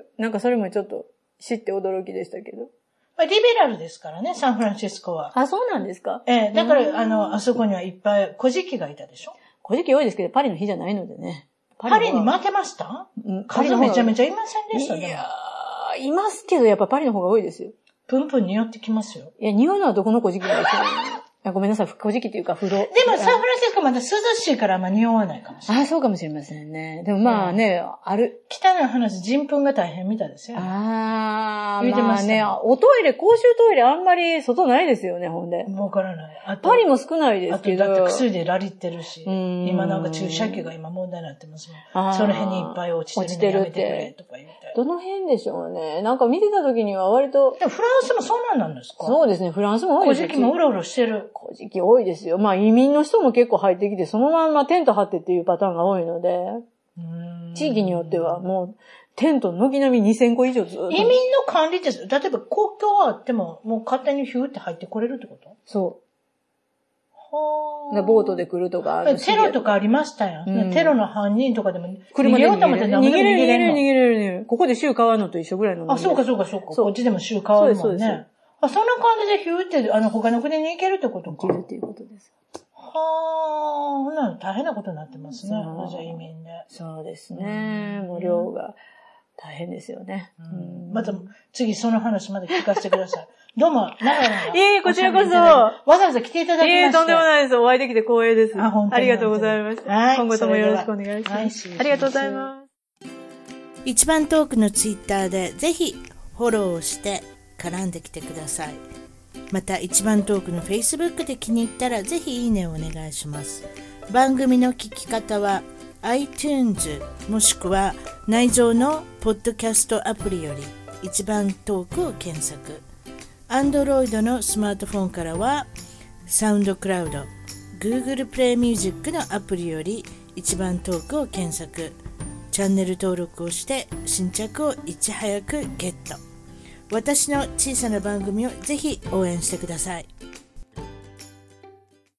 なんかそれもちょっと知って驚きでしたけど。 リベラルですからね、サンフランシスコは。 あ、そうなんですか？ だから、あそこにはいっぱい古事記がいたでしょ？ 古事記多いですけど、パリの日じゃないのでね。 パリに負けました？数めちゃめちゃいませんでしたね。 いやー、いますけど、やっぱパリの方が多いですよ。 プンプン匂ってきますよ。 いや、匂うのはどこの古事記もですよ。ごめんなさい、古事記っていうか風呂。でも、サンフランシスコまだ涼しいからあんま匂わないかもしれない。 あ、そうかもしれませんね。でもまあね、 汚い話、人糞が大変みたいですよね。言うてましたね。 おトイレ、公衆トイレあんまり外ないですよね、ほんで。 わからない。 パリも少ないですけど。 だって薬でラリってるし、今なんか注射器が今問題になってますもん。その辺にいっぱい落ちてるのやめてくれとか言って。 どの辺でしょうね。なんか見てた時には割と。 でもフランスもそんなんですか？ そうですね、フランスも多いです。 古事記もうろうろしてる。 古事記多いですよ。まあ移民の人も結構入ってきて、そのまんまテント張ってっていうパターンが多いので、地域によってはもうテント軒並み2000個以上ずっと。 移民の管理って、例えば公共はあっても、もう勝手にヒューって入ってこれるってこと？ そう。ボートで来るとか。 テロとかありましたよ。テロの犯人とかでも逃げようと思って逃げれる。ここで州変わるのと一緒ぐらいの。 あ、そうか。こっちでも州変わるもんね。そんな感じでヒューって、他の国に行けるってことか。 行けるっていうことです。 ほな大変なことになってますね。じゃあ移民で。 そうですね。もう量が大変ですよね。 また、次その話まで聞かせてください。どうも、長々。 いえ、こちらこそ。 わざわざ来ていただきました。 とんでもないです。お会いできて光栄です。 本当に。 ありがとうございました。今後ともよろしくお願いします。ありがとうございます。 一番トークのツイッターでぜひフォローして絡んできてください。また一番トークの Facebook で気に入ったらぜひいいねをお願いします。番組の聞き方は iTunes もしくは内蔵のポッドキャストアプリより一番トークを検索。Android のスマートフォンからは SoundCloud、Google Play Music のアプリより一番トークを検索。チャンネル登録をして新着をいち早くゲット。私の小さな番組をぜひ応援してください。